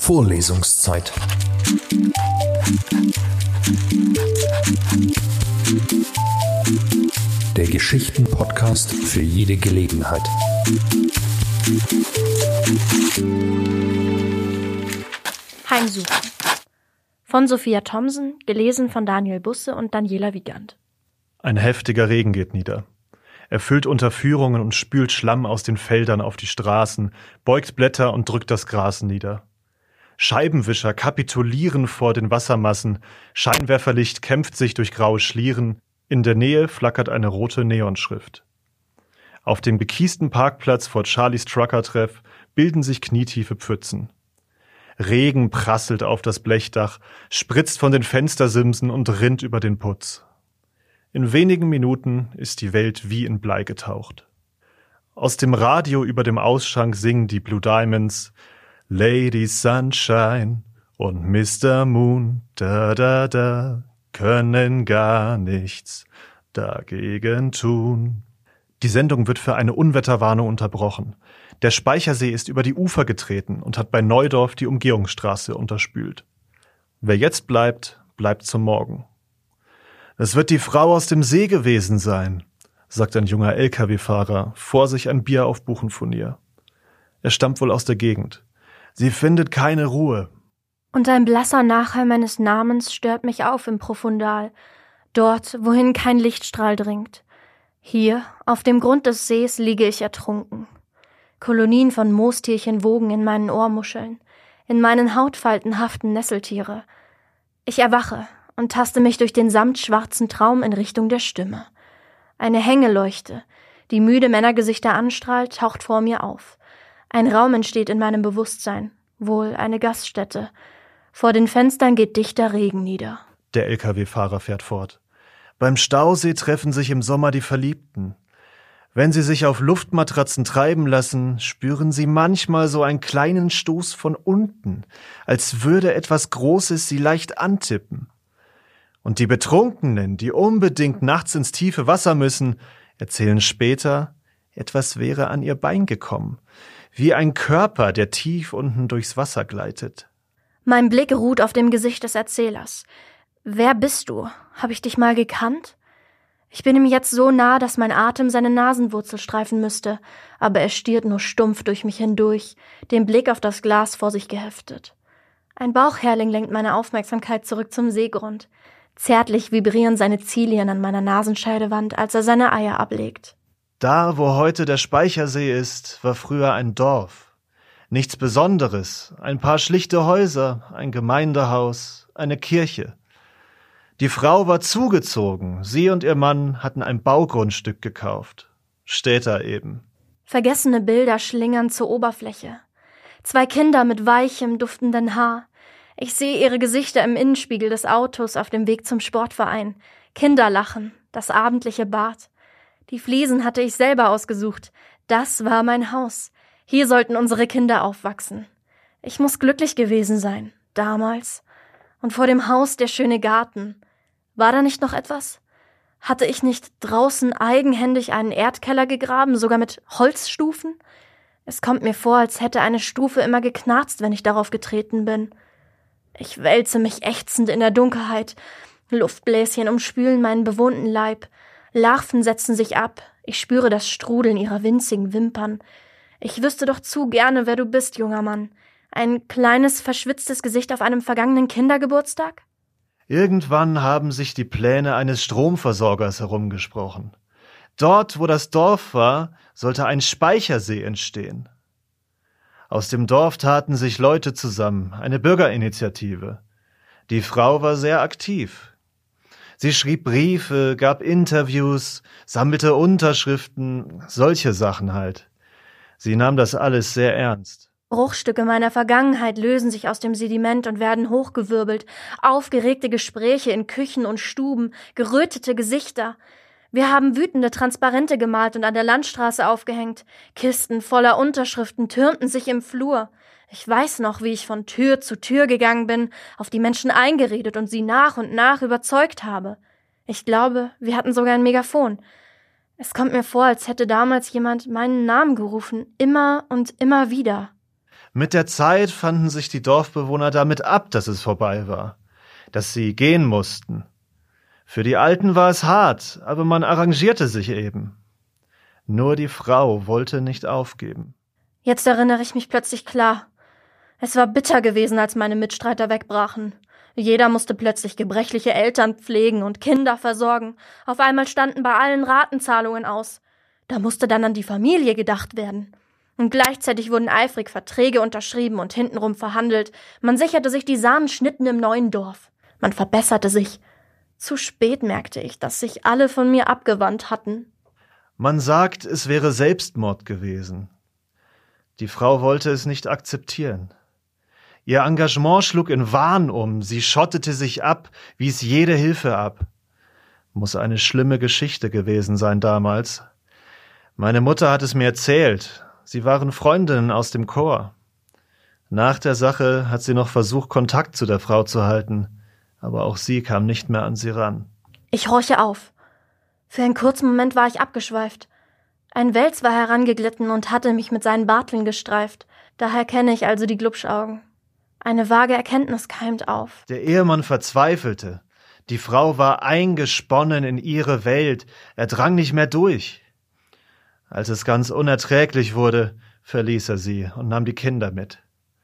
Vorlesungszeit. Der Geschichten-Podcast für jede Gelegenheit. Heimsuchung. Von Sophia Thomsen, gelesen von Daniel Busse und Daniela Wiegand. Ein heftiger Regen geht nieder. Er füllt Unterführungen und spült Schlamm aus den Feldern auf die Straßen, beugt Blätter und drückt das Gras nieder. Scheibenwischer kapitulieren vor den Wassermassen, Scheinwerferlicht kämpft sich durch graue Schlieren, in der Nähe flackert eine rote Neonschrift. Auf dem bekiesten Parkplatz vor Charlies Trucker-Treff bilden sich knietiefe Pfützen. Regen prasselt auf das Blechdach, spritzt von den Fenstersimsen und rinnt über den Putz. In wenigen Minuten ist die Welt wie in Blei getaucht. Aus dem Radio über dem Ausschank singen die Blue Diamonds Lady Sunshine und Mr. Moon, da, können gar nichts dagegen tun. Die Sendung wird für eine Unwetterwarnung unterbrochen. Der Speichersee ist über die Ufer getreten und hat bei Neudorf die Umgehungsstraße unterspült. Wer jetzt bleibt, bleibt zum Morgen. Es wird die Frau aus dem See gewesen sein, sagt ein junger LKW-Fahrer, vor sich ein Bier auf Buchenfurnier. Er stammt wohl aus der Gegend. Sie findet keine Ruhe. Und ein blasser Nachhall meines Namens stört mich auf im Profundal, dort, wohin kein Lichtstrahl dringt. Hier, auf dem Grund des Sees, liege ich ertrunken. Kolonien von Moostierchen wogen in meinen Ohrmuscheln. In meinen Hautfalten haften Nesseltiere. Ich erwache und taste mich durch den samtschwarzen Traum in Richtung der Stimme. Eine Hängeleuchte, die müde Männergesichter anstrahlt, taucht vor mir auf. Ein Raum entsteht in meinem Bewusstsein, wohl eine Gaststätte. Vor den Fenstern geht dichter Regen nieder. Der LKW-Fahrer fährt fort. Beim Stausee treffen sich im Sommer die Verliebten. Wenn sie sich auf Luftmatratzen treiben lassen, spüren sie manchmal so einen kleinen Stoß von unten, als würde etwas Großes sie leicht antippen. Und die Betrunkenen, die unbedingt nachts ins tiefe Wasser müssen, erzählen später, etwas wäre an ihr Bein gekommen, wie ein Körper, der tief unten durchs Wasser gleitet. Mein Blick ruht auf dem Gesicht des Erzählers. Wer bist du? Hab ich dich mal gekannt? Ich bin ihm jetzt so nah, dass mein Atem seine Nasenwurzel streifen müsste, aber er stiert nur stumpf durch mich hindurch, den Blick auf das Glas vor sich geheftet. Ein Bauchherling lenkt meine Aufmerksamkeit zurück zum Seegrund. Zärtlich vibrieren seine Zilien an meiner Nasenscheidewand, als er seine Eier ablegt. Da, wo heute der Speichersee ist, war früher ein Dorf. Nichts Besonderes, ein paar schlichte Häuser, ein Gemeindehaus, eine Kirche. Die Frau war zugezogen, sie und ihr Mann hatten ein Baugrundstück gekauft. Städter eben. Vergessene Bilder schlingern zur Oberfläche. 2 Kinder mit weichem, duftenden Haar. Ich sehe ihre Gesichter im Innenspiegel des Autos auf dem Weg zum Sportverein. Kinder lachen, das abendliche Bad. Die Fliesen hatte ich selber ausgesucht. Das war mein Haus. Hier sollten unsere Kinder aufwachsen. Ich muss glücklich gewesen sein, damals. Und vor dem Haus der schöne Garten. War da nicht noch etwas? Hatte ich nicht draußen eigenhändig einen Erdkeller gegraben, sogar mit Holzstufen? Es kommt mir vor, als hätte eine Stufe immer geknarzt, wenn ich darauf getreten bin. Ich wälze mich ächzend in der Dunkelheit. Luftbläschen umspülen meinen bewohnten Leib. Larven setzen sich ab. Ich spüre das Strudeln ihrer winzigen Wimpern. Ich wüsste doch zu gerne, wer du bist, junger Mann. Ein kleines, verschwitztes Gesicht auf einem vergangenen Kindergeburtstag? Irgendwann haben sich die Pläne eines Stromversorgers herumgesprochen. Dort, wo das Dorf war, sollte ein Speichersee entstehen. Aus dem Dorf taten sich Leute zusammen, eine Bürgerinitiative. Die Frau war sehr aktiv. Sie schrieb Briefe, gab Interviews, sammelte Unterschriften, solche Sachen halt. Sie nahm das alles sehr ernst. Bruchstücke meiner Vergangenheit lösen sich aus dem Sediment und werden hochgewirbelt. Aufgeregte Gespräche in Küchen und Stuben, gerötete Gesichter. Wir haben wütende Transparente gemalt und an der Landstraße aufgehängt. Kisten voller Unterschriften türmten sich im Flur. Ich weiß noch, wie ich von Tür zu Tür gegangen bin, auf die Menschen eingeredet und sie nach und nach überzeugt habe. Ich glaube, wir hatten sogar ein Megafon. Es kommt mir vor, als hätte damals jemand meinen Namen gerufen, immer und immer wieder. Mit der Zeit fanden sich die Dorfbewohner damit ab, dass es vorbei war, dass sie gehen mussten. Für die Alten war es hart, aber man arrangierte sich eben. Nur die Frau wollte nicht aufgeben. Jetzt erinnere ich mich plötzlich klar. Es war bitter gewesen, als meine Mitstreiter wegbrachen. Jeder musste plötzlich gebrechliche Eltern pflegen und Kinder versorgen. Auf einmal standen bei allen Ratenzahlungen aus. Da musste dann an die Familie gedacht werden. Und gleichzeitig wurden eifrig Verträge unterschrieben und hintenrum verhandelt. Man sicherte sich die Samenschnitten im neuen Dorf. Man verbesserte sich. Zu spät merkte ich, dass sich alle von mir abgewandt hatten. Man sagt, es wäre Selbstmord gewesen. Die Frau wollte es nicht akzeptieren. Ihr Engagement schlug in Wahn um, sie schottete sich ab, wies jede Hilfe ab. Muss eine schlimme Geschichte gewesen sein damals. Meine Mutter hat es mir erzählt. Sie waren Freundinnen aus dem Chor. Nach der Sache hat sie noch versucht, Kontakt zu der Frau zu halten, aber auch sie kam nicht mehr an sie ran. Ich horche auf. Für einen kurzen Moment war ich abgeschweift. Ein Wels war herangeglitten und hatte mich mit seinen Barteln gestreift. Daher kenne ich also die Glubschaugen. Eine vage Erkenntnis keimt auf. Der Ehemann verzweifelte. Die Frau war eingesponnen in ihre Welt. Er drang nicht mehr durch. Als es ganz unerträglich wurde, verließ er sie und nahm die Kinder mit.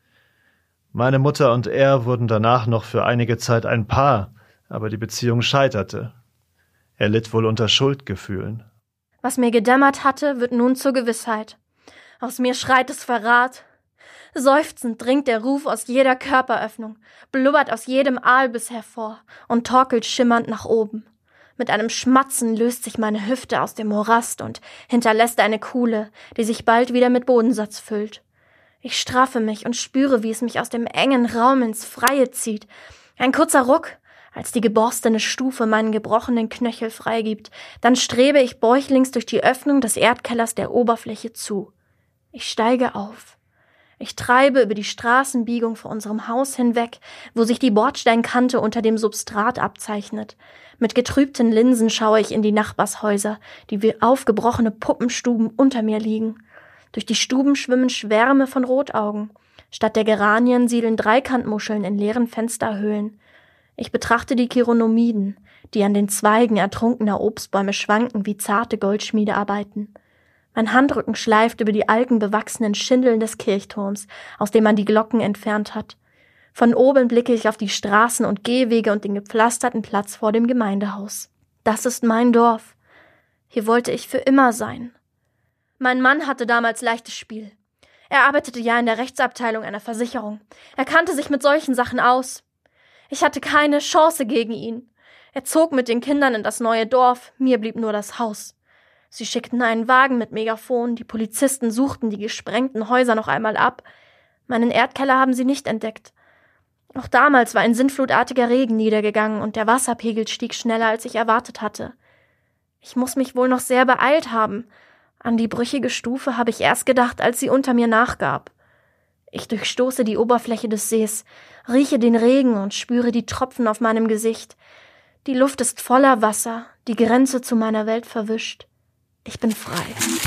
Meine Mutter und er wurden danach noch für einige Zeit ein Paar, aber die Beziehung scheiterte. Er litt wohl unter Schuldgefühlen. Was mir gedämmert hatte, wird nun zur Gewissheit. Aus mir schreit es Verrat. Seufzend dringt der Ruf aus jeder Körperöffnung, blubbert aus jedem Aalbiss hervor und torkelt schimmernd nach oben. Mit einem Schmatzen löst sich meine Hüfte aus dem Morast und hinterlässt eine Kuhle, die sich bald wieder mit Bodensatz füllt. Ich straffe mich und spüre, wie es mich aus dem engen Raum ins Freie zieht. Ein kurzer Ruck, als die geborstene Stufe meinen gebrochenen Knöchel freigibt. Dann strebe ich bäuchlings durch die Öffnung des Erdkellers der Oberfläche zu. Ich steige auf. Ich treibe über die Straßenbiegung vor unserem Haus hinweg, wo sich die Bordsteinkante unter dem Substrat abzeichnet. Mit getrübten Linsen schaue ich in die Nachbarshäuser, die wie aufgebrochene Puppenstuben unter mir liegen. Durch die Stuben schwimmen Schwärme von Rotaugen. Statt der Geranien siedeln Dreikantmuscheln in leeren Fensterhöhlen. Ich betrachte die Chironomiden, die an den Zweigen ertrunkener Obstbäume schwanken wie zarte Goldschmiedearbeiten. Mein Handrücken schleift über die algenbewachsenen Schindeln des Kirchturms, aus dem man die Glocken entfernt hat. Von oben blicke ich auf die Straßen und Gehwege und den gepflasterten Platz vor dem Gemeindehaus. Das ist mein Dorf. Hier wollte ich für immer sein. Mein Mann hatte damals leichtes Spiel. Er arbeitete ja in der Rechtsabteilung einer Versicherung. Er kannte sich mit solchen Sachen aus. Ich hatte keine Chance gegen ihn. Er zog mit den Kindern in das neue Dorf, mir blieb nur das Haus. Sie schickten einen Wagen mit Megafon, die Polizisten suchten die gesprengten Häuser noch einmal ab. Meinen Erdkeller haben sie nicht entdeckt. Auch damals war ein sintflutartiger Regen niedergegangen und der Wasserpegel stieg schneller, als ich erwartet hatte. Ich muss mich wohl noch sehr beeilt haben. An die brüchige Stufe habe ich erst gedacht, als sie unter mir nachgab. Ich durchstoße die Oberfläche des Sees, rieche den Regen und spüre die Tropfen auf meinem Gesicht. Die Luft ist voller Wasser, die Grenze zu meiner Welt verwischt. Ich bin frei.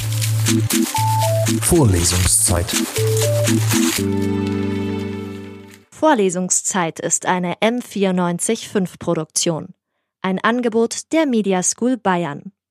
Vorlesungszeit. Vorlesungszeit ist eine M94.5 Produktion. Ein Angebot der Media School Bayern.